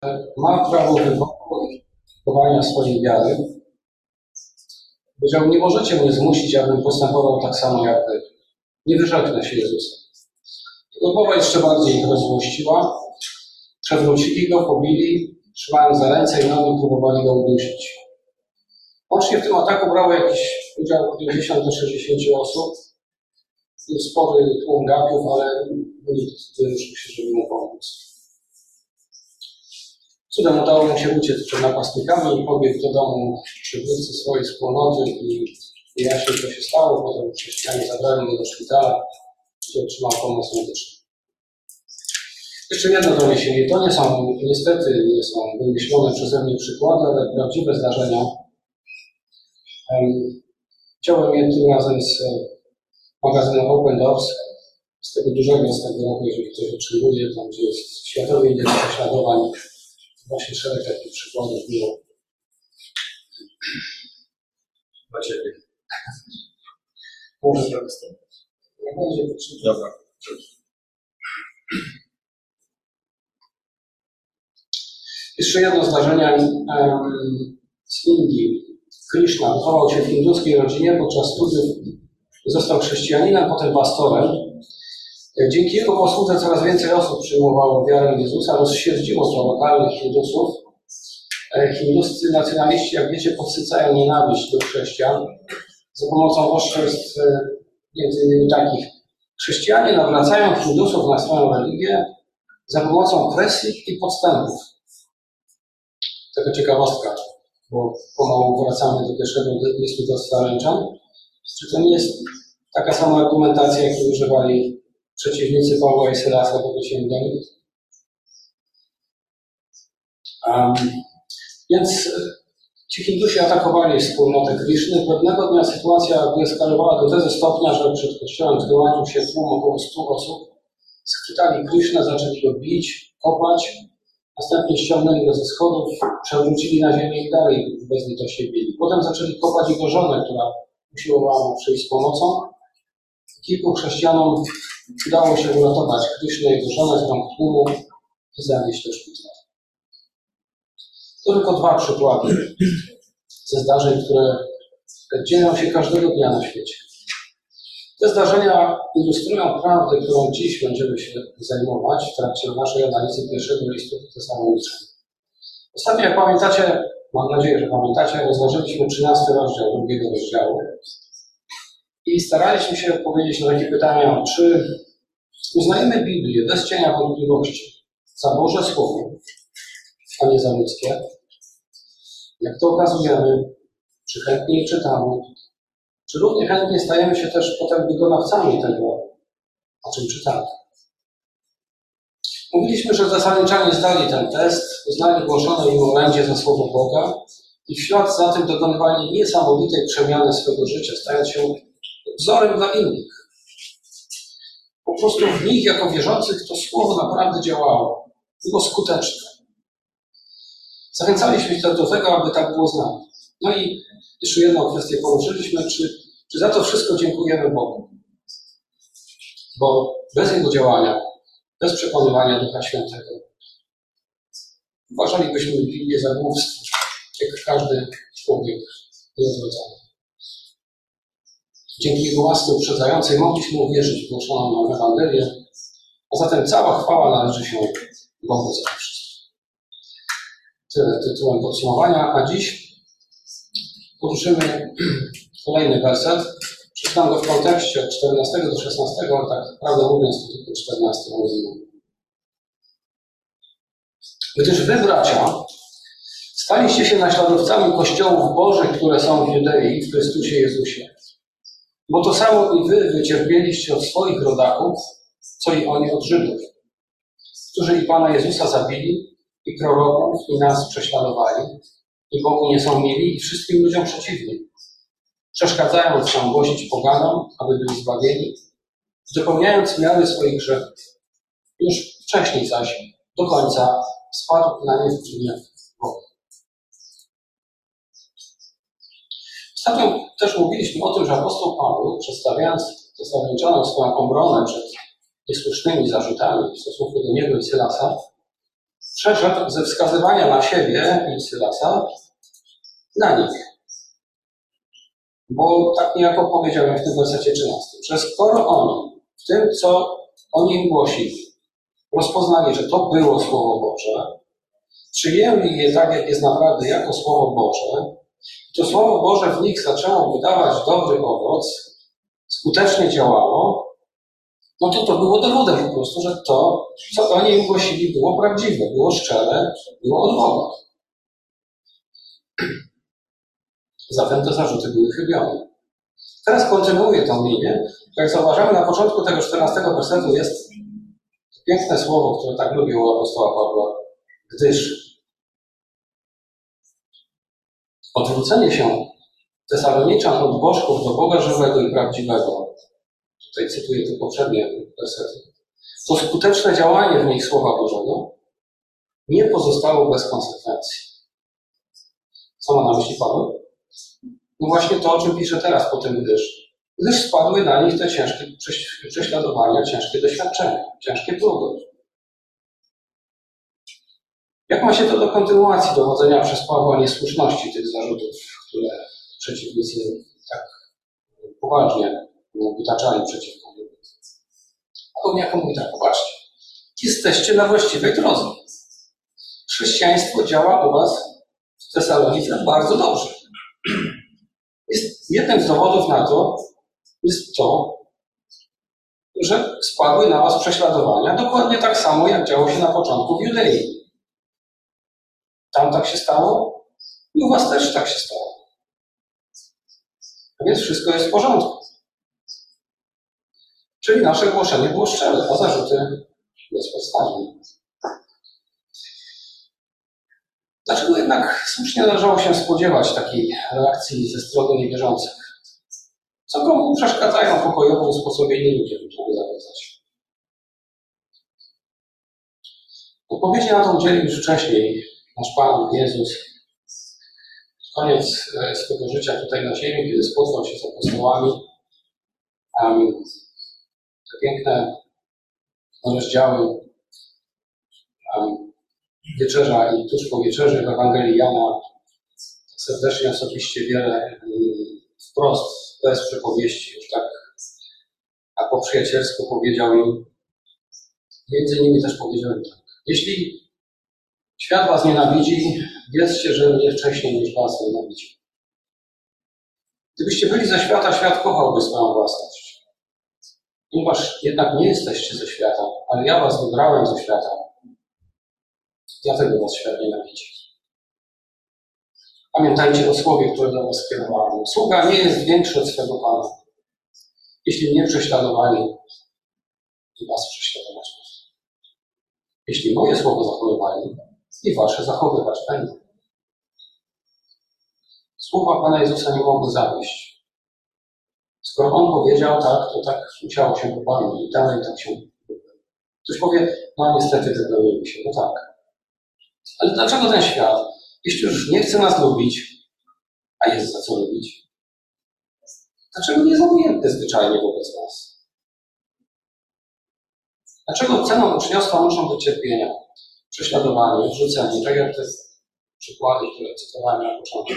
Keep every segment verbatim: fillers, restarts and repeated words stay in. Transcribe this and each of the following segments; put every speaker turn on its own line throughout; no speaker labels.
ma prawo wyboru i chowania swojej wiary. Powiedział, nie możecie mnie zmusić, abym postępował tak samo jak wy. Nie wyrzeknę się Jezusa. Jego mowa jeszcze bardziej ich rozzłościła. Przewrócili go, pobili, trzymając za ręce i nogi próbowali go udusić. Łącznie w tym ataku brało jakiś udział od pięćdziesięciu do sześćdziesięciu osób. Był spory tłum gapiów, ale nikt nie ruszył się, żeby mu pomóc. Cudem udało mu się uciec przed napastnikami i pobiegł do domu przywódcy swojej wspólnoty i wyjaśnił, co się stało. Potem chrześcijanie zabrali go do szpitala, gdzie otrzymał pomoc medyczną. Jeszcze jedno doniesienie. To nie są, niestety, nie są wymyślone przeze mnie przykłady, ale prawdziwe zdarzenia. Chciałem je tym razem z magazynu Open Doors, z tego dużego, z tego roku, jeżeli ktoś potrzebuje, tam gdzie jest Światowy Index Prześladowań. Właśnie szereg takich przykładów było.
Dla Ciebie.
Może to jest. Nie będzie potrzebne.
Dobra.
Jeszcze jedno zdarzenie um, z Indii. Krishna wychował się w hinduskiej rodzinie, podczas studiów został chrześcijaninem, potem pastorem. Dzięki jego posłudze coraz więcej osób przyjmowało wiarę Jezusa, rozsierdziło to lokalnych Hindusów. Hinduscy nacjonaliści, jak wiecie, podsycają nienawiść do chrześcijan za pomocą oszczerstw, między innymi takich. Chrześcijanie nawracają Hindusów na swoją religię za pomocą presji i podstępów. Taka ciekawostka, bo pomału wracamy do pierwszego listu do Sfaręczan. Czy to nie jest taka sama argumentacja, jakiej używali przeciwnicy Pawła i Sylasa wobec Judei? Um, więc ci Hindusi atakowali wspólnotę Krishny. Pewnego dnia sytuacja wyeskalowała do tego stopnia, że przed kościołem zgromadził się tłum około stu osób. Schwytali Krishnę, zaczęli go bić, kopać. Następnie ściągnęli go ze schodów, przewrócili na ziemię i dalej bezlitośnie bili. Potem zaczęli kopać jego żonę, która usiłowała mu przyjść z pomocą. Kilku chrześcijanom udało się uratować Krishnę i jego żonę z rąk tłumu i zawieźć do szpitala. To tylko dwa przykłady ze zdarzeń, które dzieją się każdego dnia na świecie. Te zdarzenia ilustrują prawdę, którą dziś będziemy się zajmować w trakcie naszej analizy pierwszego listu do Tesaloniczan. Ostatnio, jak pamiętacie, mam nadzieję, że pamiętacie, rozważyliśmy trzynasty rozdział drugiego rozdziału i staraliśmy się odpowiedzieć na takie pytania, czy uznajemy Biblię bez cienia wątpliwości za Boże Słowo, a nie za ludzkie? Jak to okazujemy? Czy chętnie je czytamy? Czy równie chętnie stajemy się też potem wykonawcami tego, o czym czytamy? Mówiliśmy, że Tesaloniczanie zdali ten test, uznali głoszone im orędzie za Słowo Boga i w ślad za tym dokonywali niesamowitej przemiany swego życia, stając się wzorem dla innych. Po prostu w nich, jako wierzących, to Słowo naprawdę działało. Było skuteczne. Zachęcaliśmy się do tego, aby tak było z nami. No i jeszcze jedną kwestię poruszyliśmy, czy, czy za to wszystko dziękujemy Bogu. Bo bez Jego działania, bez przekonywania Ducha Świętego, uważalibyśmy Biblię za głupstwo, jak każdy człowiek nieodrodzony. Dzięki Jego łasce uprzedzającej mogliśmy uwierzyć w głoszoną nam Ewangelię, a zatem cała chwała należy się Bogu za to wszystko. Tyle tytułem podsumowania, a dziś poruszymy kolejny werset. Przeczytam go w kontekście od czternastego do szesnastego, ale tak prawdę mówiąc to tylko czternasty rozdział. Gdyż wy, bracia, staliście się naśladowcami kościołów Bożych, które są w Judei, w Chrystusie Jezusie. Bo to samo i wy wycierpieliście od swoich rodaków, co i oni od Żydów, którzy i Pana Jezusa zabili, i proroków, i nas prześladowali, i Bogu nie są mieli, i wszystkim ludziom przeciwni, przeszkadzając nam głosić poganom, aby byli zbawieni, dopełniając miary swoich grzechów. Już wcześniej zaś, do końca, spadł na nie gniew Boga. Ostatnio też mówiliśmy o tym, że apostoł Paweł, przedstawiając Tesaloniczanów swoją obronę przed niesłusznymi zarzutami w stosunku do niego i Sylasa, przeszedł ze wskazywania na siebie i Sylasa na nich. Bo tak niejako powiedziałem w tym wersecie trzynastym, że skoro oni w tym, co oni im głosili, rozpoznali, że to było Słowo Boże, przyjęli je tak, jak jest naprawdę, jako Słowo Boże, to Słowo Boże w nich zaczęło wydawać dobry owoc, skutecznie działało, no to to było dowodem po prostu, że to, co oni im głosili, było prawdziwe, było szczere, było od Boga. Zatem te zarzuty były chybione. Teraz kontynuuję tą linię. Jak zauważamy, na początku tego czternastego wersetu jest piękne słowo, które tak lubił u apostoła Pawła, gdyż odwrócenie się Tesaloniczan od bożków do Boga żywego i prawdziwego, tutaj cytuję te poprzednie wersety, to skuteczne działanie w nich Słowa Bożego nie pozostało bez konsekwencji. Co ma na myśli Paweł? No właśnie to, o czym pisze teraz po tym gdyż. Gdyż spadły na nich te ciężkie prześladowania, ciężkie doświadczenia, ciężkie próby. Jak ma się to do kontynuacji dowodzenia przez Pawła niesłuszności tych zarzutów, które przeciwnicy tak poważnie wytaczali przeciwko niemu? A on jako mówi tak, popatrzcie. Jesteście na właściwej drodze. Chrześcijaństwo działa u was w Tesalonice bardzo dobrze. Jest jednym z dowodów na to jest to, że spadły na was prześladowania dokładnie tak samo, jak działo się na początku w Judei. Tam tak się stało i u was też tak się stało. A więc wszystko jest w porządku. Czyli nasze głoszenie było szczere, a zarzuty bezpodstawne. Dlaczego jednak słusznie należało się spodziewać takiej reakcji ze strony niewierzących? Co komu przeszkadzają pokojowo usposobieni ludzie, można by zawiązać? Odpowiedzi na to udzielił już wcześniej nasz Pan Jezus. Koniec swego życia tutaj na ziemi, kiedy spotkał się z apostołami. Um, te piękne rozdziały um, wieczerza i tuż po wieczerzy w Ewangelii Jana serdecznie, osobiście wiele wprost, bez przypowieści, już tak, a po przyjacielsku powiedział im, między innymi też powiedział im tak. Jeśli świat was nienawidzi, wiedzcie, że mnie wcześniej niż was nienawidzi. Gdybyście byli ze świata, świat kochałby swoją własność. Ponieważ jednak nie jesteście ze świata, ale ja was wybrałem ze świata, dlatego was świat nienawidzi. Pamiętajcie o słowie, które do was skierowałem. Sługa nie jest większy od swego Pana. Jeśli mnie prześladowali, to was prześladować. Jeśli moje słowo zachowywali, i wasze zachowywać będą. Słowa Pana Jezusa nie mogły zawieść. Skoro On powiedział tak, to tak musiało się popełnić i dalej tak się ktoś powie, no niestety wypełnimy się, no tak. Ale dlaczego ten świat, jeśli już nie chce nas lubić, a jest za co lubić, dlaczego nie jest obojętny zwyczajnie wobec nas? Dlaczego ceną uczniostwa muszą być cierpienia, prześladowanie, odrzucenie, tak jak te przykłady, które cytowałem na początku?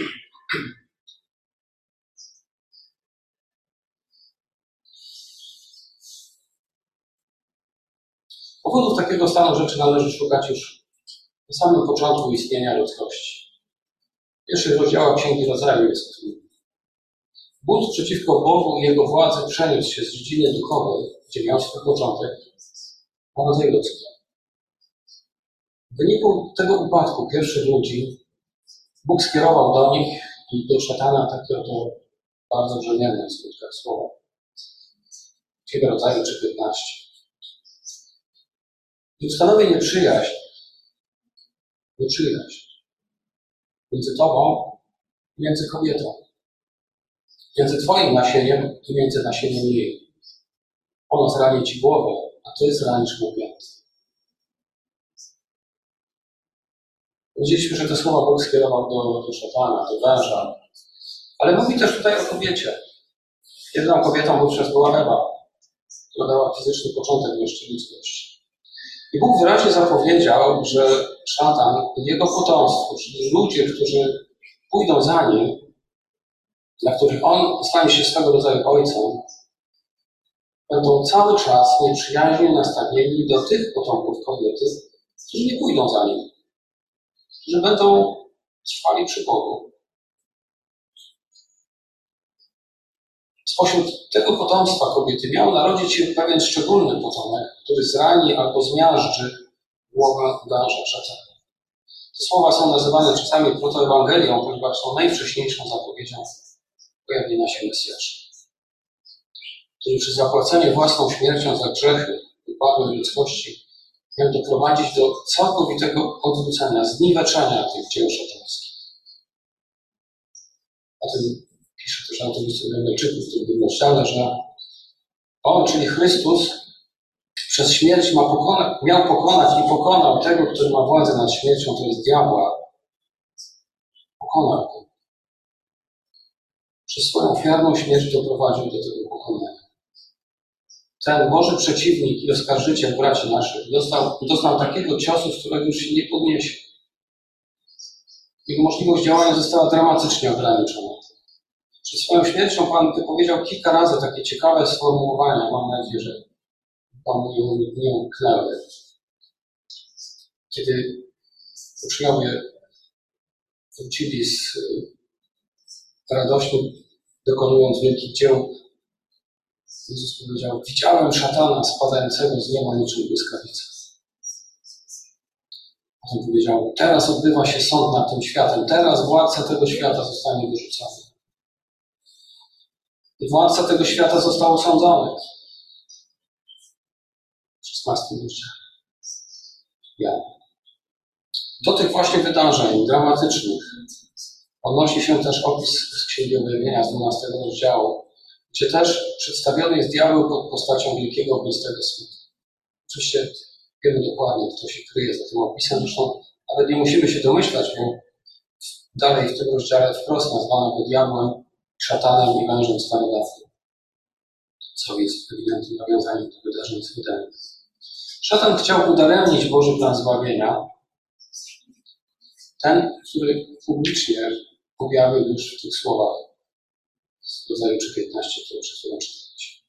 Powodów takiego stanu rzeczy należy szukać już na samym początku istnienia ludzkości. W pierwszych rozdziałach Księgi Rodzaju jest bunt przeciwko Bogu i Jego władzy przeniósł się z dziedziny duchowej, gdzie miał swój początek, na rodzaj ludzki. W wyniku tego upadku pierwszych ludzi Bóg skierował do nich i do szatana takie oto bardzo brzemienne w skutkach słowa. Księga Rodzaju trzy piętnaście. I ustanowię nieprzyjaźń, nieprzyjaźń między tobą i między kobietą, między twoim nasieniem i między nasieniem jej. Ono zrani ci głowę, a ty zranisz mu piętę. Widzieliśmy, że te słowa Bóg skierował do, do szatana, do węża, ale mówi też tutaj o kobiecie. Jedną kobietą wówczas była Ewa, która dała fizyczny początek jeszcze ludzkości. I Bóg wyraźnie zapowiedział, że szatan i jego potomstwo, czyli ludzie, którzy pójdą za nim, dla których on stanie się swego rodzaju ojcem, będą cały czas nieprzyjaźnie nastawieni do tych potomków kobiety, którzy nie pójdą za nim, że będą trwali przy Bogu. Spośród tego potomstwa kobiety miał narodzić się pewien szczególny potomek, który zrani albo zmiażdży głowę węża szatana. Te słowa są nazywane czasami protoewangelią, ponieważ są najwcześniejszą zapowiedzią pojawienia się Mesjasza, który przy zapłaceniu własną śmiercią za grzechy upadłej ludzkości miał doprowadzić do całkowitego odwrócenia, zniweczenia tych dzieł szatańskich. O tym pisze też autor listu do Hebrajczyków, w którym rozdziale, że on, czyli Chrystus, przez śmierć ma pokona, miał pokonać i pokonał tego, który ma władzę nad śmiercią, to jest diabła. Pokonał go. Przez swoją ofiarną śmierć doprowadził do tego pokonania. Ten Boży przeciwnik i oskarżyciel braci naszych dostał, dostał takiego ciosu, z którego już się nie podniesie. Jego możliwość działania została dramatycznie ograniczona. Przed swoją śmiercią Pan wypowiedział kilka razy takie ciekawe sformułowania. Mam nadzieję, że Pan nie, nie umknęły. Kiedy uczniowie wrócili z radośnie dokonując wielkich dzieł, Jezus powiedział: widziałem szatana spadającego z nieba niczym błyskawica. On powiedział: teraz odbywa się sąd nad tym światem, teraz władca tego świata zostanie wyrzucony. I władca tego świata został osądzony. W szesnastym rozdziale. Ja. Do tych właśnie wydarzeń dramatycznych odnosi się też opis z Księgi Objawienia z dwunastego rozdziału, gdzie też przedstawiony jest diabeł pod postacią wielkiego ognistego smoka. Oczywiście wiemy dokładnie, kto się kryje za tym opisem. Zresztą nawet nie musimy się domyślać, bo dalej w tym rozdziale wprost nazwano go diabłem, szatanem i wężem starodawnym, co jest ewidentnym nawiązaniem do wydarzeń z Wydania. Szatan chciał udaremnić Boży plan zbawienia, ten, który publicznie objawił już w tych słowach z rodzaju trzy piętnaście, które przed chwilą czytaliśmy.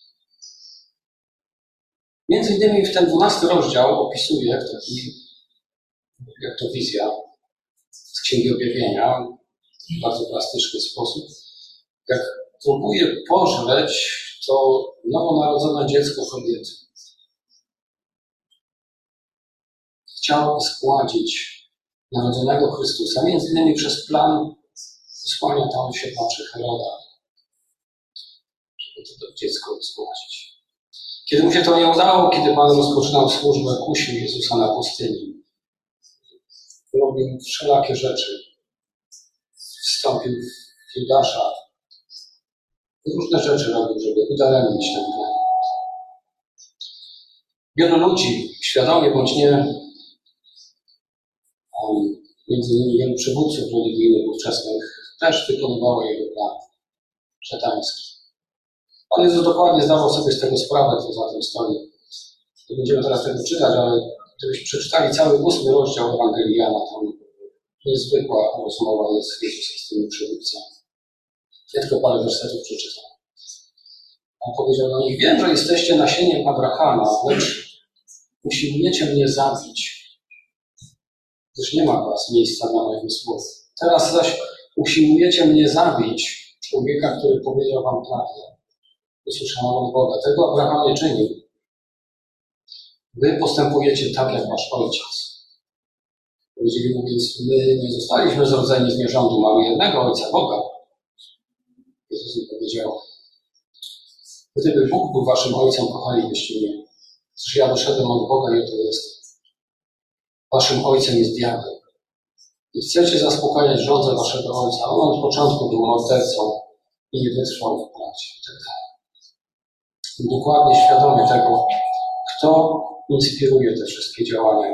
Między innymi w ten dwunasty rozdział opisuje w taki, jak to wizja z Księgi Objawienia, w bardzo plastyczny sposób, jak próbuje pożreć to nowonarodzone dziecko kobiety. Chciał zgładzić narodzonego Chrystusa, między innymi przez plan wysłania tam siedlaczy Heroda, żeby to dziecko zgładzić. Kiedy mu się to nie udało, kiedy Pan rozpoczynał służbę, kusił Jezusa na pustyni. Robił wszelakie rzeczy. Wstąpił w Judasza. Różne rzeczy robił, żeby udaremnić ten plan. Wielu ludzi, świadomie bądź nie, um, między innymi wielu przywódców religijnych ówczesnych, też wykonywało jego plan szatański. Pan Jezus dokładnie zdawał sobie z tego sprawę, co za tym stoi. Nie będziemy teraz tego czytać, ale gdybyśmy przeczytali cały ósmy rozdział Ewangelii Jana, tam niezwykła rozmowa jest Jezusa z tymi przywódcami. Ja tylko parę wersetów przeczytam. On powiedział do nich: wiem, że jesteście nasieniem Abrahama, lecz usiłujecie mnie zabić, gdyż nie ma was miejsca na moim słowie. Teraz zaś usiłujecie mnie zabić, człowieka, który powiedział wam prawdę. Usłyszano od Boga: tego Abraham nie czynił. Wy postępujecie tak, jak wasz ojciec. Powiedzieli mu więc: my nie zostaliśmy zrodzeni z nierządu, mamy jednego Ojca, Boga. Jezus im powiedział: gdyby Bóg był waszym Ojcem, kochalibyście mnie. Przecież ja wyszedłem od Boga i oto jestem. Waszym Ojcem jest diabeł. I chcecie zaspokajać żądzę waszego Ojca. On od początku był mordercą i nie wytrwał w prawdzie. I tak dalej. Dokładnie świadomy tego, kto inspiruje te wszystkie działania.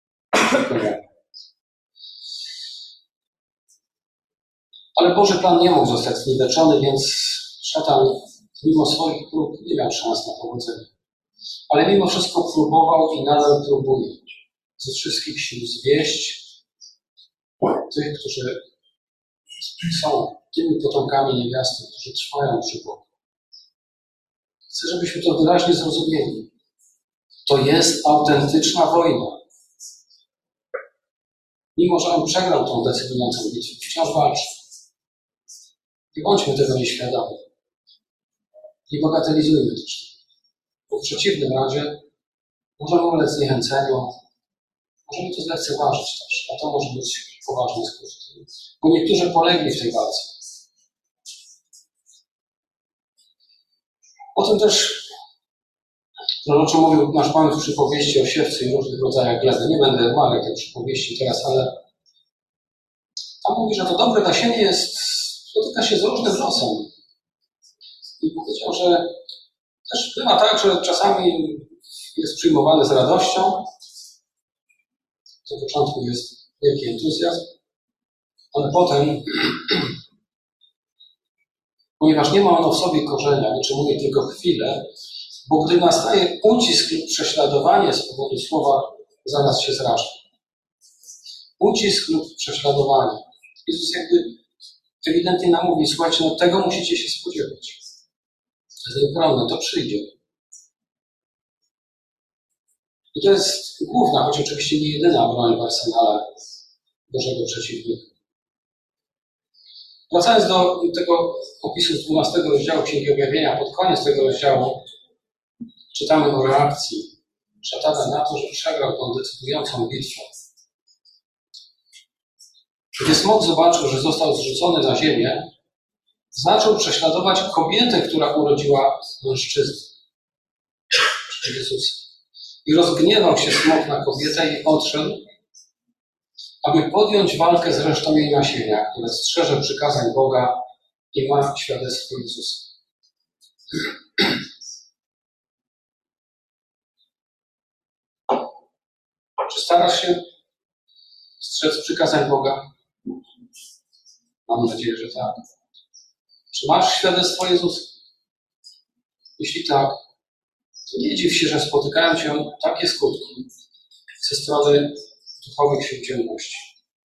Ale Boży plan nie mógł zostać zniweczony, więc szatan mimo swoich prób nie miał szans na powodzenie. ale mimo wszystko próbował i nadal próbuje ze wszystkich sił zwieść tych, którzy są tymi potomkami niewiasty, którzy trwają przy Bogu. Chcę, żebyśmy to wyraźnie zrozumieli. To jest autentyczna wojna. Mimo że on przegrał tą decydującą bitwę, wciąż walczy. Nie bądźmy tego nieświadomi. Nie bagatelizujmy też. Bo w przeciwnym razie możemy ulec zniechęceniu, możemy to zlekceważyć też, a to może być poważny skutek. Bo niektórzy polegli w tej walce. O tym też proroczo mówił nasz Pan w przypowieści o siewcy i różnych rodzajach gleby. Nie będę omawiał tej przypowieści teraz, ale tam mówi, że to dobre nasienie jest, spotyka się z różnym losem. I powiedział, że też bywa tak, że czasami jest przyjmowany z radością. Na początku jest wielki entuzjazm, ale potem, ponieważ nie ma ono w sobie korzenia, utrzymuje tylko chwilę, bo gdy nastaje ucisk lub prześladowanie z powodu słowa, zaraz się zraża. Ucisk lub prześladowanie. Jezus jakby ewidentnie nam mówi, słuchajcie, no tego musicie się spodziewać. To jest naprawdę, to przyjdzie. I to jest główna, choć oczywiście nie jedyna broń w arsenale Bożego przeciwnika. Wracając do tego opisu z dwunastego rozdziału Księgi Objawienia, pod koniec tego rozdziału czytamy o reakcji szatana na to, że przegrał tą decydującą bitwę. Gdy smok zobaczył, że został zrzucony na ziemię, zaczął prześladować kobietę, która urodziła mężczyznę, czyli Jezusa. I rozgniewał się smok na kobietę i odszedł, aby podjąć walkę z resztą jej nasienia, które strzeże przykazań Boga i ma świadectwo Jezusa. Czy starasz się strzec przykazań Boga? Mam nadzieję, że tak. Czy masz świadectwo Jezusa? Jeśli tak, to nie dziw się, że spotykają cię takie skutki ze strony duchowych sił ciemności.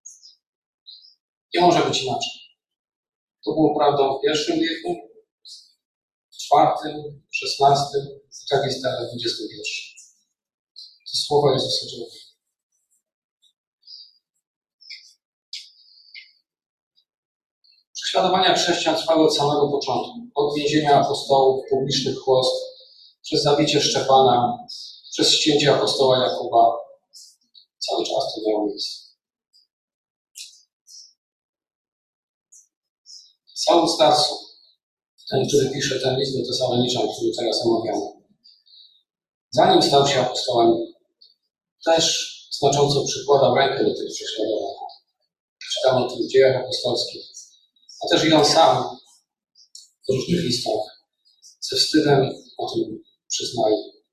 Nie może być inaczej. To było prawdą w pierwszym wieku, w czwartym, w szesnastym, i tak jest teraz w dwudziestym pierwszym. To słowa Jezusa dzieła. Prześladowania chrześcijan trwały od samego początku. Od więzienia apostołów, publicznych chłost, przez zabicie Szczepana, przez ścięcie apostoła Jakuba. Cały czas to miało miejsce. Saul z Tarsu, ten, który pisze ten list do Tesaloniczan, który teraz omawiamy, zanim stał się apostołem, też znacząco przykładał rękę do tych prześladowań. Czytamy o tym w Dziejach Apostolskich. A też i on sam w różnych listach ze wstydem o tym przyznaje.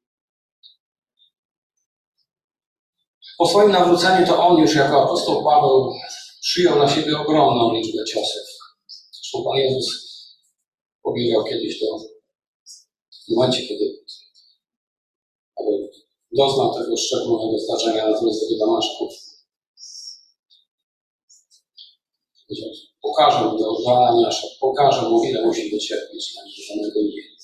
Po swoim nawróceniu to on już jako apostoł Paweł przyjął na siebie ogromną liczbę ciosów. Zresztą Pan Jezus powiedział kiedyś to w momencie, kiedy Paweł doznał tego szczególnego zdarzenia na drodze do Damaszku. Powiedział, pokażę mu do Ananiasza, pokażę mu, ile musi wycierpieć dla niewierzonego imienia.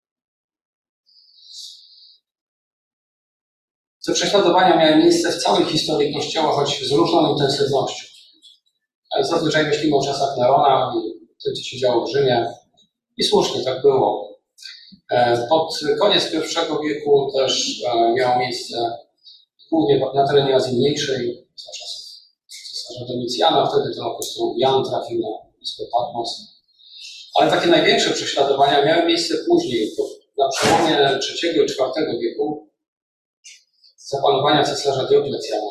Te prześladowania miały miejsce w całej historii Kościoła, choć z różną intensywnością. Ale zazwyczaj myślimy o czasach Nerona i tym, co się działo w Rzymie. I słusznie tak było. Pod koniec pierwszego wieku też miało miejsce głównie na terenie Azji Mniejszej, za czasów cesarza Domicjana. Wtedy to apostoł Jan trafił na wyspę Patmos. Ale takie największe prześladowania miały miejsce później, na przełomie trzeciego i czwartego wieku, za panowania cesarza Dioklecjana.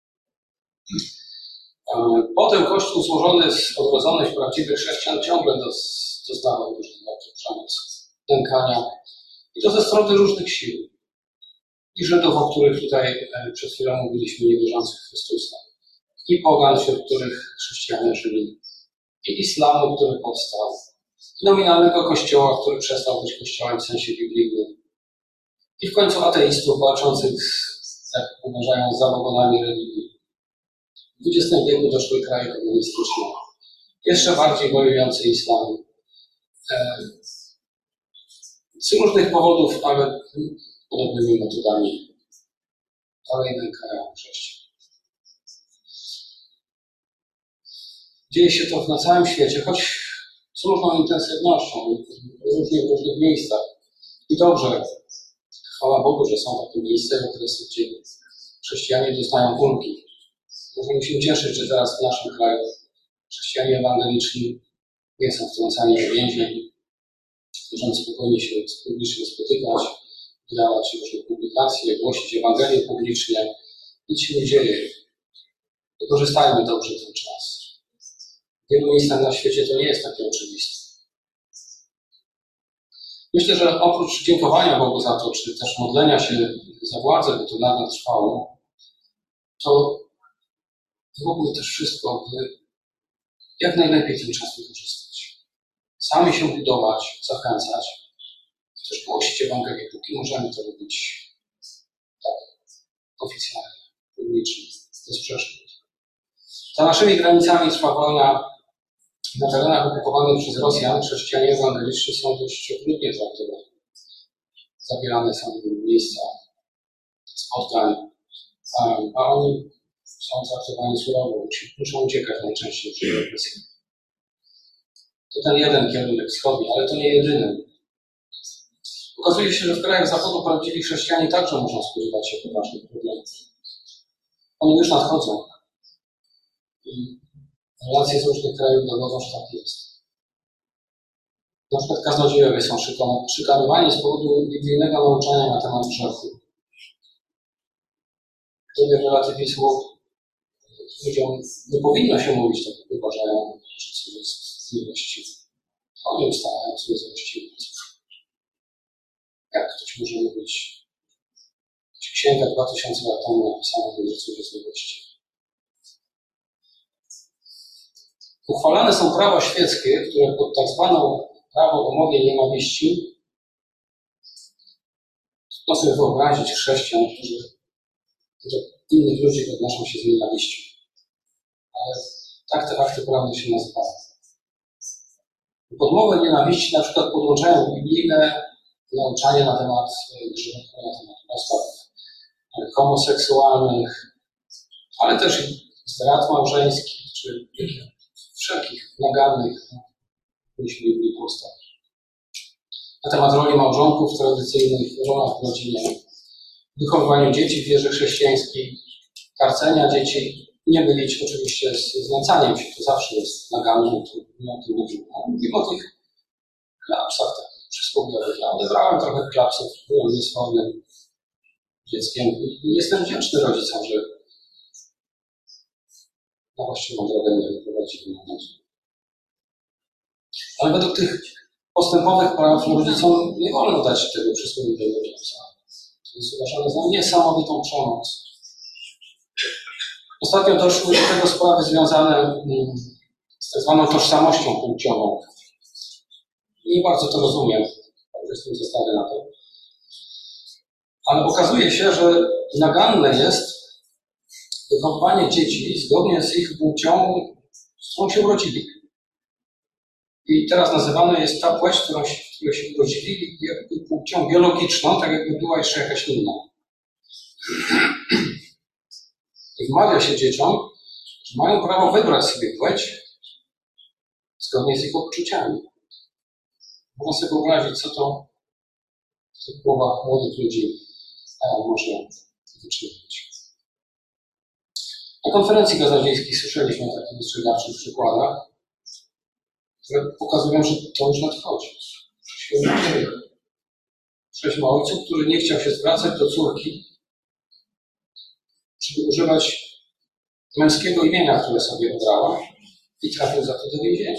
Potem Kościół złożony z odrodzonych prawdziwych chrześcijan ciągle doznawał różnych akcji przemocy, nękania. I to ze strony różnych sił. I Żydów, o których tutaj przed chwilą mówiliśmy, niewierzących w Chrystusa. I pogan, wśród których chrześcijanie żyli. I islamu, który powstał. I nominalnego kościoła, który przestał być kościołem w sensie biblijnym. i w końcu ateistów walczących, jak uważają, z zabobonami religii. W dwudziestym wieku doszły kraje komunistyczne, jeszcze bardziej wojujące islamem. Z różnych powodów, ale podobnymi metodami dalej nękają chrześcijan. Dzieje się to na całym świecie, choć z różną intensywnością, różnie w różnych miejscach. I dobrze, chwała Bogu, że są takie miejsca i okresy, gdzie chrześcijanie dostają ulgi. Możemy się cieszyć, że teraz w naszym kraju chrześcijanie ewangeliczni nie są wtrącani do więzień. Możemy spokojnie się publicznie spotykać, wydawać różne publikacje, głosić Ewangelię publicznie. Nic się nie dzieje. Wykorzystajmy dobrze ten czas. W wielu miejscach na świecie to nie jest takie oczywiste. Myślę, że oprócz dziękowania Bogu za to, czy też modlenia się za władzę, by to nadal trwało, to zróbmy też wszystko, by jak najlepiej ten czas wykorzystać. Sami się budować, zachęcać, też głosić Ewangelię, póki możemy to robić tak oficjalnie, publicznie, bezsprzecznie. Za naszymi granicami trwa wojna. Na terenach okupowanych przez Rosjan chrześcijanie ewangeliczni są dość okrutnie traktowani. Zabierane są im miejsca spotkań, a oni są traktowani surowo, muszą uciekać najczęściej przed represją. To ten jeden kierunek wschodni, ale to nie jedyny. Okazuje się, że w krajach Zachodu prawdziwi chrześcijanie także muszą spodziewać się poważnych problemów. One już nadchodzą. I relacje z różnych krajów dowodzą, że tak jest. Na przykład kaznodziejowie są szykanowani z powodu biblijnego nauczania na temat grzechu. W dobie relatywizmu ludziom nie powinno się mówić tak, jak uważają, że coś jest niewłaściwe. Oni ustalają, co jest właściwe. Jak ktoś może mówić? Księga dwa tysiące lat temu napisana, że coś jest niewłaściwe. Uchwalane są prawa świeckie, które pod tak zwaną prawo o mowie nienawiści, trudno sobie wyobrazić chrześcijan, którzy do innych ludzi odnoszą się z nienawiścią. Ale tak te akty prawne się nazywają. Pod mowę nienawiści na przykład podłączają biblijne nauczanie na temat grzechu, na temat postaw homoseksualnych, ale też zdrad małżeńskich, czy wszelkich nagannych myśli i postaw. Na temat roli małżonków tradycyjnych, rolach w rodzinie, wychowywaniu dzieci w wierze chrześcijańskiej, karcenia dzieci, nie mylić oczywiście z znęcaniem się, to zawsze jest naganne, to nie o tym mówimy. Mówimy o tych klapsach, tak przysłowiowych. Ja odebrałem trochę klapsów, byłem niesłownym dzieckiem i jestem wdzięczny rodzicom, że na właściwą drogę mnie wyprowadzili na razie. Ale według tych postępowych praw rodzicom nie wolno dać tego przysłowiowego klapsa. To jest uważane za niesamowitą przemoc. Ostatnio doszły do tego sprawy związane z tak zwaną tożsamością płciową. Nie bardzo to rozumiem, jestem zostawiony na to. Ale okazuje się, że naganne jest wychowywanie dzieci zgodnie z ich płcią, z którą się urodzili. I teraz nazywana jest ta płeć, którą się, w której się urodzili, jakby płcią biologiczną, tak jakby była jeszcze jakaś inna. I wmawia się dzieciom, że mają prawo wybrać sobie płeć zgodnie z ich odczuciami. Można sobie wyobrazić, co to w głowach młodych ludzi może wyczynić. Na konferencji kaznodziejskiej słyszeliśmy o takich wystrzegawczych przykładach, które pokazują, że to już nadchodzi. Że się dzieje. Sześciu ojców, który nie chciał się zwracać do córki, żeby używać męskiego imienia, które sobie obrała, i trafił za to do więzienia.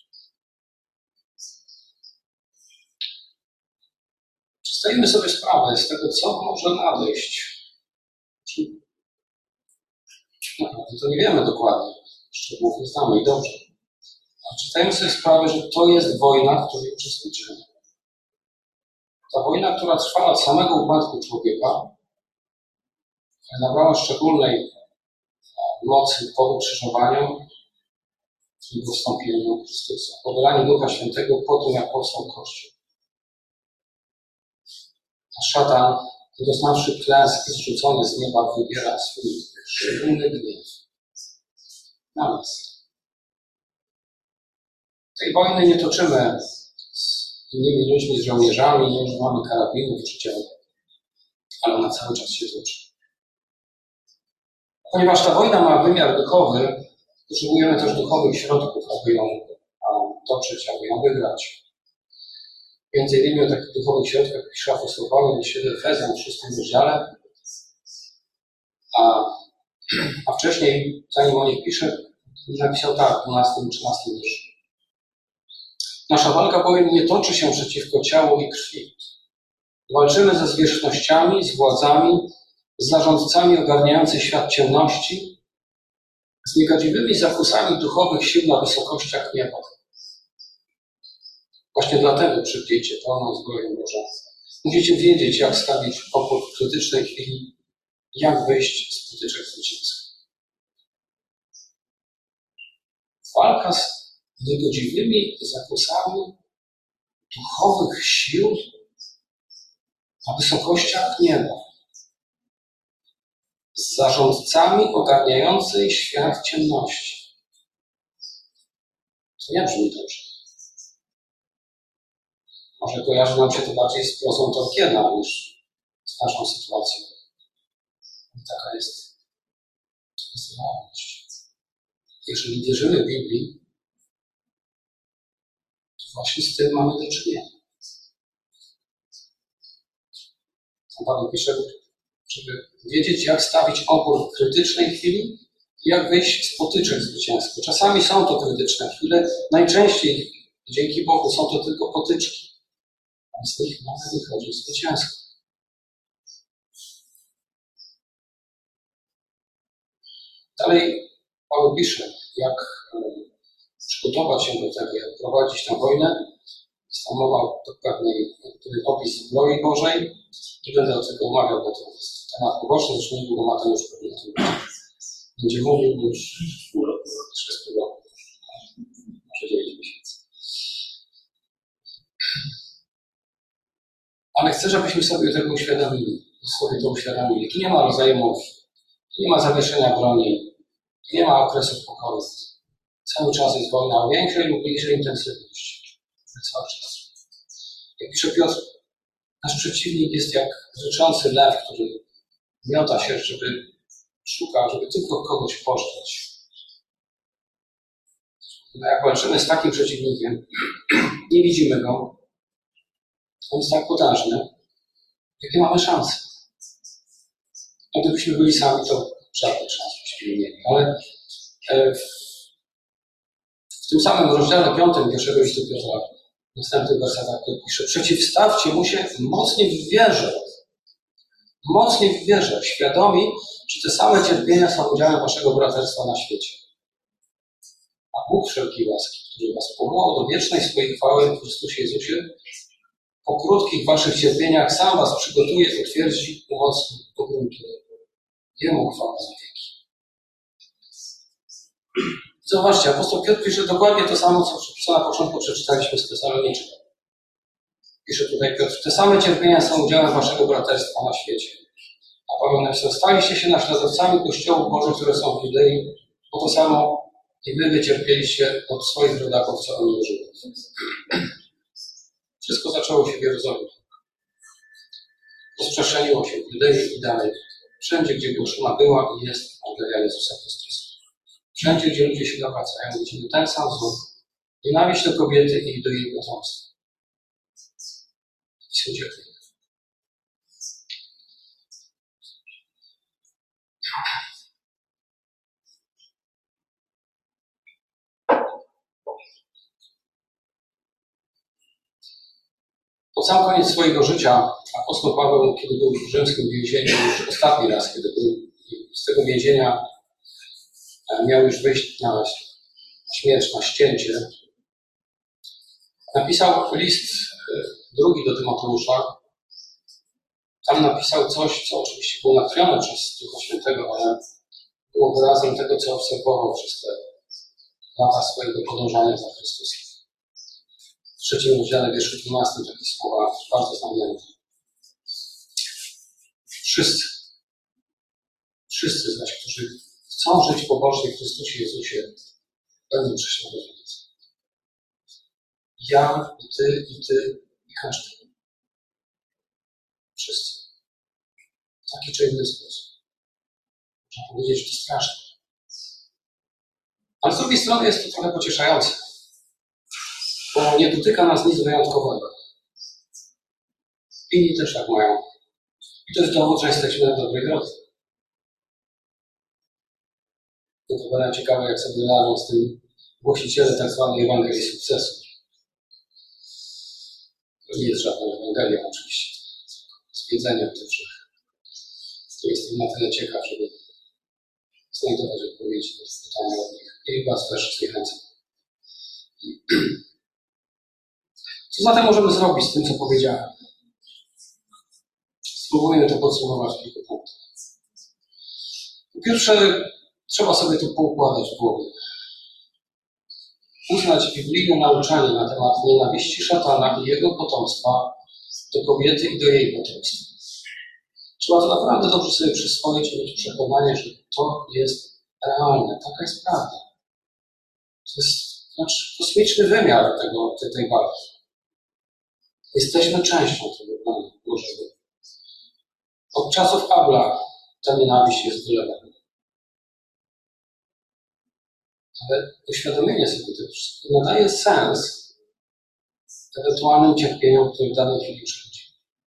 Czy zdajemy sobie sprawę z tego, co może nadejść? Czy naprawdę to nie wiemy dokładnie, szczegółów nie znamy i dobrze. Ale czy zdajemy sobie sprawę, że to jest wojna, w której uczestniczymy? Ta wojna, która trwa od samego upadku człowieka, nabrała szczególnej mocy po ukrzyżowaniu i wystąpieniu Chrystusa, po wylaniu Ducha Świętego po tym, jak powstał Kościół. A szatan, doznawszy klęski zrzucony z nieba, wybiera swój szczególny gniew na nas. Tej wojny nie toczymy z innymi ludźmi, z żołnierzami, nie używamy karabinów czy ciał, ale ona cały czas się toczy. Ponieważ ta wojna ma wymiar duchowy, potrzebujemy też duchowych środków, aby ją toczyć, aby ją wygrać. Między innymi o takich duchowych środkach pisze apostoł Paweł w liście do Efezjan w szóstym rozdziale, a, a wcześniej, zanim o nich pisze, napisał tak w dwunastym i trzynastym wierszu. Nasza walka bowiem nie toczy się przeciwko ciału i krwi. Walczymy ze zwierzchnościami, z władzami, z zarządcami ogarniających świat ciemności, z niegodziwymi zakusami duchowych sił na wysokościach nieba. Właśnie dlatego przybijcie pełną zbroję Bożą. Musicie wiedzieć, jak stawić opór w krytycznej chwili, jak wyjść z potyczek zwycięskich. Walka z niegodziwymi zakusami duchowych sił na wysokościach nieba. Z zarządcami ogarniającej świat ciemności. To nie brzmi dobrze. Może kojarzy nam się to bardziej z prozą Tolkiena niż z naszą sytuacją. Taka jest, to jest realność. Jeżeli wierzymy w Biblii, to właśnie z tym mamy do czynienia. Paweł pisze, żeby wiedzieć, jak stawić opór w krytycznej chwili i jak wyjść z potyczek zwycięskich. Czasami są to krytyczne chwile, najczęściej dzięki Bogu są to tylko potyczki. A z nich mamy wychodzić zwycięsko. Dalej Paweł pisze, jak przygotować się do tego, jak prowadzić tę wojnę. Jest tam mowa do pewnej opis zbroi Bożej. Nie będę o tego omawiał, bo to jest temat poboczny, zresztą niedługo Mateusz pewnie o tym będzie mówił, bo już przez pół roku, może dziewięć miesięcy. Ale chcę, żebyśmy sobie tego uświadomili, sobie to uświadomili. Tu nie ma rozejmów, tu nie ma zawieszenia broni, tu nie ma okresów pokoju. Cały czas jest wojna o większej lub mniejszej intensywności. Cały czas. Jak pisze Piotr, nasz przeciwnik jest jak ryczący lew, który miota się, żeby szuka, żeby tylko kogoś pożreć. No jak walczymy z takim przeciwnikiem, nie widzimy go, on jest tak potężny, jakie mamy szanse. No gdybyśmy byli sami, to żadnych szans byśmy nie mieli. Ale w, w tym samym rozdziale piątym pierwszego listu Piotra, w następnych wersetach pisze, przeciwstawcie mu się mocniej w wierze. Mocniej w wierze, świadomi, że te same cierpienia są udziałem waszego braterstwa na świecie. A Bóg wszelkiej łaski, który was powołał do wiecznej swojej chwały w Chrystusie Jezusie, po krótkich waszych cierpieniach sam was przygotuje, utwierdzi, umocni, pogruntuje. Jemu chwała na wieki. Zobaczcie, apostoł Piotr pisze dokładnie to samo, co, co na początku przeczytaliśmy z Tesaloniczan. Pisze tutaj Piotr, te same cierpienia są udziałem waszego braterstwa na świecie. A Paweł napisał, staliście się naśladowcami Kościołów Bożych, które są w Judei, bo to samo i wy wycierpieliście od swoich rodaków, co oni użyli. Wszystko zaczęło się w Jerozolimie. Rozprzestrzeniło się w Judei i dalej. Wszędzie, gdzie głoszona była i jest Ewangelia Jezusa Chrystusa. Wszędzie, gdzie ludzie się nawracają, widzimy ten sam wzór. Nienawiść do kobiety i do jej potomstwa. I są cierpienia. Pod sam koniec swojego życia apostoł Paweł, kiedy był w rzymskim więzieniu, już ostatni raz, kiedy był z tego więzienia, miał już wyjść na śmierć, na ścięcie, napisał list drugi do Tymoteusza, Tam napisał coś, co oczywiście było natchnione przez Ducha Świętego, ale było wyrazem tego, co obserwował przez te lata swojego podążania za Chrystusem. W trzecim rozdziale, wierszu dwunastym, takie słowa bardzo znamienne. Wszyscy, wszyscy zaś, którzy chcą żyć pobożnie w Chrystusie Jezusie, będą prześladowani. Ja, i ty, i ty, i każdy. Wszyscy. W taki czy inny sposób. Można powiedzieć, że to straszne. Ale z drugiej strony jest to trochę pocieszające, bo nie dotyka nas nic wyjątkowego. Inni też tak mają. I to jest dowód, że jesteśmy na dobrej drodze. To to będzie ciekawe, jak sobie radzą z tym głosiciele tak zwanej Ewangelii Sukcesu. To nie jest żadna Ewangelia oczywiście. Zwiedzenie w tych wszech. To jestem na tyle ciekaw, żeby znajdować odpowiedzi na pytania od nich. I was też zniechęcam. Co zatem możemy zrobić z tym, co powiedziałem? Spróbujmy to podsumować w kilku punktach. Po pierwsze, trzeba sobie to poukładać w głowie. Uznać biblijne nauczanie na temat nienawiści szatana i jego potomstwa do kobiety i do jej potomstwa. Trzeba to naprawdę dobrze sobie przyswoić i mieć przekonanie, że to jest realne. Taka jest prawda. To jest znaczy, kosmiczny wymiar tego, tej, tej walki. Jesteśmy częścią tego planu Bożego. Od czasów Abla ta nienawiść jest wylewana. Ale uświadomienie sobie tego wszystkiego nadaje sens ewentualnym cierpieniom, które w danej chwili przychodzi.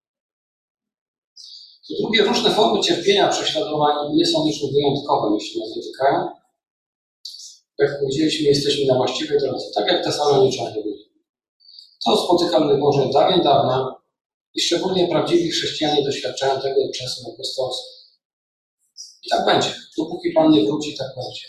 Po drugie, różne formy cierpienia, prześladowań nie są niczym wyjątkowym, jeśli nas dotykają. Jak powiedzieliśmy, jesteśmy na właściwej drodze, tak jak Tesaloniczanie byli. To spotykamy Boże dawien dawna i szczególnie prawdziwi chrześcijanie doświadczają tego od czasu apostolstwa. I tak będzie. Dopóki Pan nie wróci, tak będzie.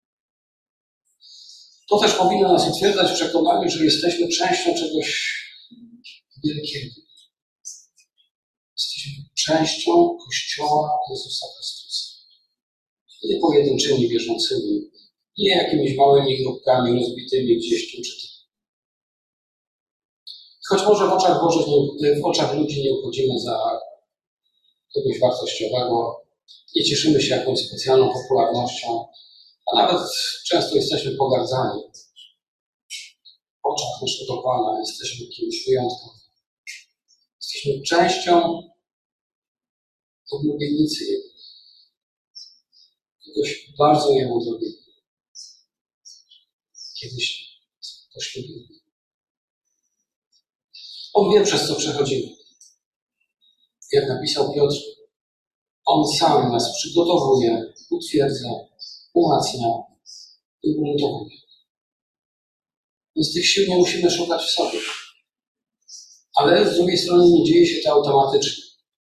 To też powinno nas utwierdzać w przekonaniu, że jesteśmy częścią czegoś wielkiego. Jesteśmy częścią Kościoła Jezusa Chrystusa. Nie pojedynczymi wierzącymi, nie jakimiś małymi grupkami rozbitymi gdzieś tu czy tu. Choć może w oczach Bożych, w oczach ludzi nie uchodzimy za kogoś wartościowego, nie cieszymy się jakąś specjalną popularnością, a nawet często jesteśmy pogardzani. W oczach naszego Pana jesteśmy kimś wyjątkowym. Jesteśmy częścią oblubienicy Jego. Kogoś bardzo Jemu drogiego. Kiedyś poślubimy. On wie, przez co przechodzimy. Jak napisał Piotr, On sam nas przygotowuje, utwierdza, umacnia i ugruntowuje. Więc tych sił nie musimy szukać w sobie. Ale z drugiej strony nie dzieje się to automatycznie.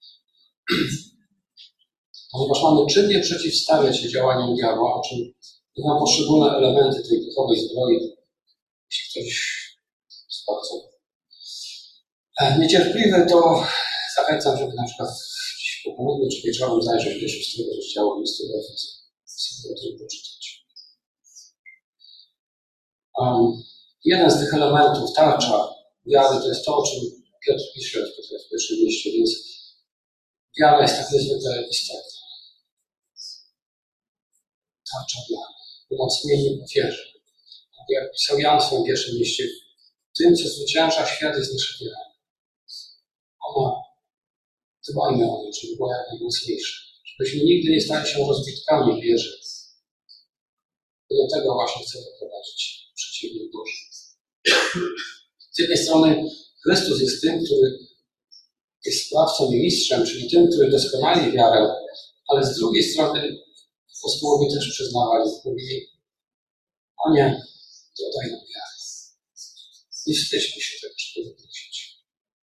Ponieważ mamy czynnie przeciwstawiać się działaniom diabła, o czym mówią poszczególne elementy tej duchowej zbroi. Jeśli ktoś jest bardzo niecierpliwy, to zachęcam, żeby na przykład dziś po południu czy wieczorem zajrzeć do szóstego rozdziału listu do Efezjan. Sobie o tym poczytać. Um, jeden z tych elementów, tarcza wiary, to jest to, o czym Piotr pisze tutaj w pierwszym liście, więc wiara jest tak niezwykle istotna. Tarcza wiary, umocnienie w wierze. Jak pisał Jan w swoim pierwszym liście, tym, co zwycięża świat, jest nasza wiara. Ona, dbajmy o nią, żeby była jak najmocniejsza. Żebyśmy nigdy nie stali się rozbitkami wierzy. I do tego właśnie chcę doprowadzić przeciwnik Boży. Z jednej strony Chrystus jest tym, który jest sprawcą i mistrzem, czyli tym, który doskonali wiarę, ale z drugiej strony apostołowie też przyznawali, mówili, o nie, dodaj nam wiarę. Nie wstydźmy się tego, żeby wyprosić.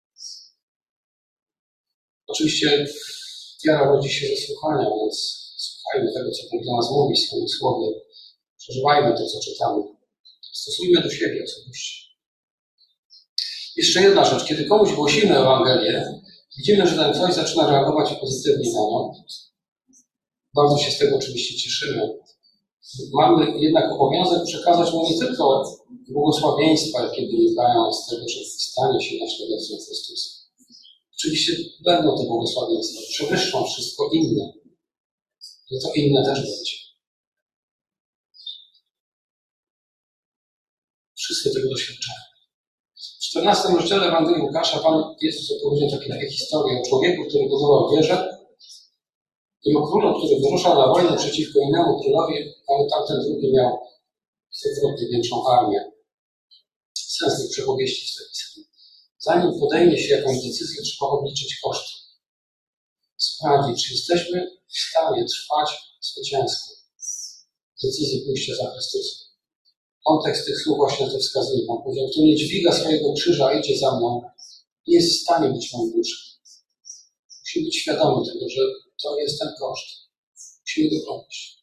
Oczywiście wiara rodzi się ze słuchania, więc słuchajmy tego, co Bóg do nas mówi w swoim słowie. Przeżywajmy to, co czytamy. Stosujmy do siebie osobiście. Jeszcze jedna rzecz. Kiedy komuś głosimy Ewangelię, Widzimy, że ten ktoś zaczyna reagować pozytywnie na nią. Bardzo się z tego oczywiście cieszymy. Mamy jednak obowiązek przekazać mu nie tylko błogosławieństwa, jakie wynikają z tego, że stanie się naśladowcą Chrystusa. Oczywiście będą te błogosławieństwa, przewyższą wszystko inne. Ale to inne też będzie. Wszyscy tego doświadczają. W czternastym rozdziale Ewangelii Łukasza Pan Jezus opowiedział takie dwie historie o człowieku, który budował wieżę i o królu, który wyruszał na wojnę przeciwko innemu królowi, ale tamten drugi miał dwukrotnie większą armię. Sens tych przypowieści jest taki sam. Zanim podejmie się jakąś decyzję, trzeba obliczyć koszty. Sprawdzić, czy jesteśmy w stanie trwać zwycięsko w decyzji pójścia za Chrystusem. Kontekst tych słów właśnie na to wskazuje. Pan powiedział, kto nie dźwiga swojego krzyża, a idzie za mną, nie jest w stanie być moim uczniem. Musimy być świadomi tego, że to jest ten koszt. Musimy go ponieść.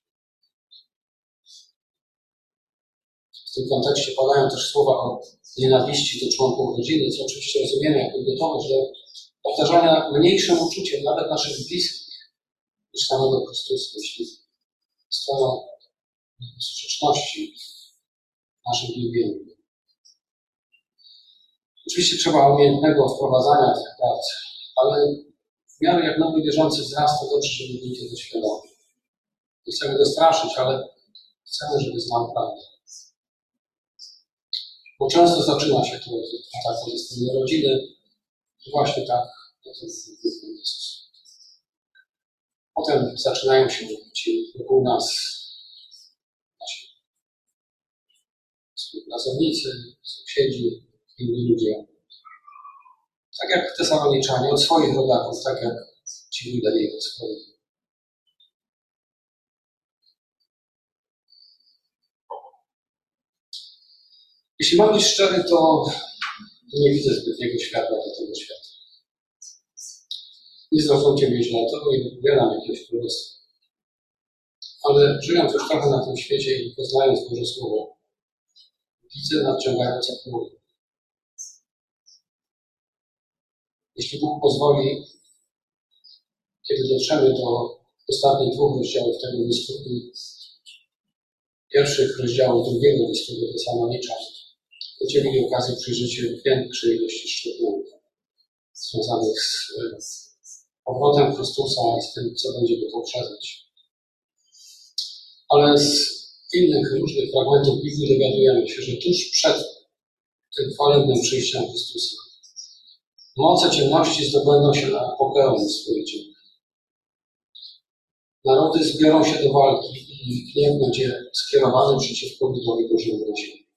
W tym kontekście padają też słowa o nienawiści do członków rodziny, co oczywiście rozumiemy jako gotowość do powtarzania mniejszym uczuciem nawet naszych bliskich niż samego Chrystusa, jeśli stoją w sprzeczności w naszym wielbieniu. Oczywiście trzeba umiejętnego wprowadzania tych prawd, ale w miarę jak nowy wierzący wzrasta, dobrze, żeby był tego świadomy. Nie chcemy go straszyć, ale chcemy, żeby znał prawdę. Bo często zaczyna się to od ataku ze strony rodziny i właśnie tak to jest Jezus. Potem zaczynają się ci wokół nas nasi współpracownicy, sąsiedzi, inni ludzie. Tak jak Tesaloniczanie od swoich rodaków, tak jak ci wydali od swoich. Jeśli mam być szczery, to nie widzę zbytniego światła do tego świata. Nie zrozumcie mnie źle, to nie wybieram jakiegoś królestwa. Ale żyjąc już trochę na tym świecie i poznając Boże Słowo, widzę nadciągające chmury. Jeśli Bóg pozwoli, kiedy dotrzemy do ostatnich dwóch rozdziałów tego listu i pierwszych rozdziałów drugiego listu do Tesaloniczan, będziemy mieli okazję przyjrzeć się większej ilości szczegółów związanych z powrotem Chrystusa i z tym, co będzie go poprzedzać. Ale z innych różnych fragmentów Biblii dowiadujemy się, że tuż przed tym chwalebnym przyjściem Chrystusa moce ciemności zdobędą się na popełnić swoje dzieło. Narody zbiorą się do walki i ich gniew będzie skierowany przeciwko ludowi Bożemu na ziemi.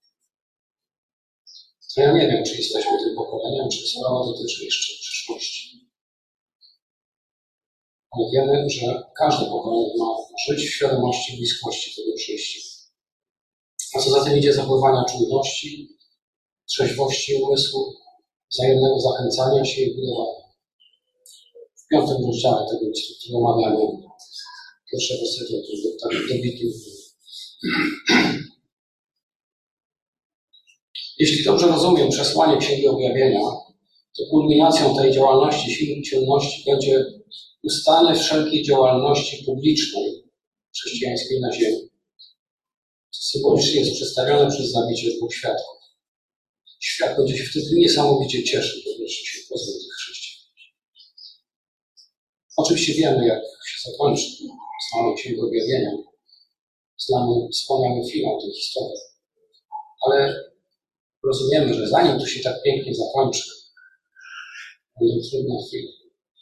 Ja nie wiem, czy jesteśmy tym pokoleniem, czy sprawa dotyczy jeszcze przyszłości. Ale wiemy, że każde pokolenie ma żyć w świadomości bliskości tego przyjścia. A co za tym idzie zachowania czujności, trzeźwości umysłu, wzajemnego zachęcania się i budowania. W piątym rozdziale tego listu, który omawiamy, pierwsze wersety, który tak dobitnie mówi. Jeśli dobrze rozumiem przesłanie Księgi Objawienia, to kulminacją tej działalności sił i ciemności będzie ustanie wszelkiej działalności publicznej chrześcijańskiej na ziemi, co symbolicznie jest przedstawione przez zabicie dwóch świadków. Świat będzie się wtedy niesamowicie cieszył, że wreszcie się pozbył tych chrześcijan. Oczywiście wiemy, jak się zakończy. Znamy Księgę Objawienia. Znamy wspaniały finał tej historii. Ale rozumiemy, że zanim to się tak pięknie zakończy, będzie trudna chwila.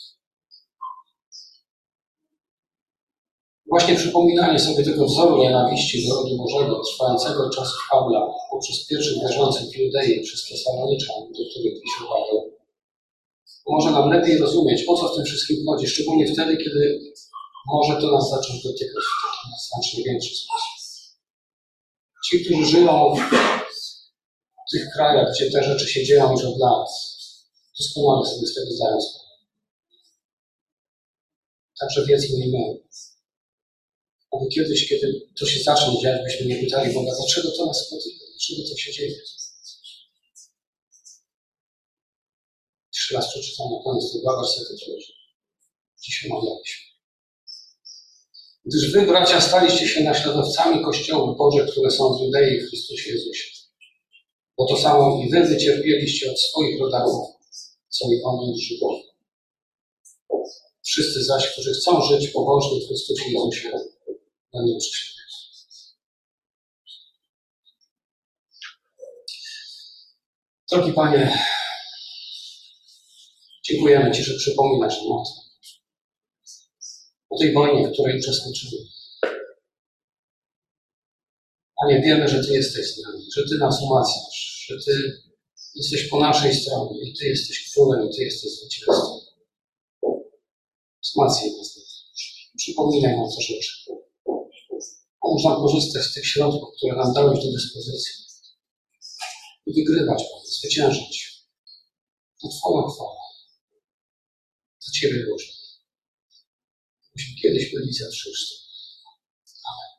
Właśnie przypominanie sobie tego wzoru nienawiści do rodu Bożego, trwającego od czasów Pawła, poprzez pierwszych wierzących w Judei, przez Tesaloniczan, do których pisze Paweł, pomoże nam lepiej rozumieć, o co w tym wszystkim chodzi, szczególnie wtedy, kiedy może to nas zacząć dotykać w taki znacznie większy sposób. Ci, którzy żyją w tych krajach, gdzie te rzeczy się dzieją już od lat, doskonale sobie z tego zdają sprawę. Także wiedzmy i my. Aby kiedyś, kiedy to się zacznie dziać, byśmy nie pytali Boga, dlaczego to nas spotyka, dlaczego to się dzieje. Jeszcze raz przeczytam na koniec te dwa wersety, które dzisiaj omawialiśmy. Gdyż wy, bracia, staliście się naśladowcami Kościołów Bożych, które są w Judei w Chrystusie Jezusie. Bo to samo i wy wycierpieliście od swoich rodaków, co i oni żywo. Wszyscy zaś, którzy chcą żyć pobożnie w Chrystusie Jezusie, będą prześladować. Drogi Panie, dziękujemy Ci, że przypominasz nam o tym. O tej wojnie, w której uczestniczymy. Panie, wiemy, że Ty jesteś z nami, że Ty nas umacniasz, że Ty jesteś po naszej stronie i Ty jesteś królem i Ty jesteś zwycięzcą. Wzmacnij nas. Przypominaj nam te rzeczy. Pomóż nam korzystać z tych środków, które nam dałeś do dyspozycji. I wygrywać, Panie, zwyciężać. To Twoją chwałę. To Ciebie różni. Myśmy kiedyś byli za wszystko.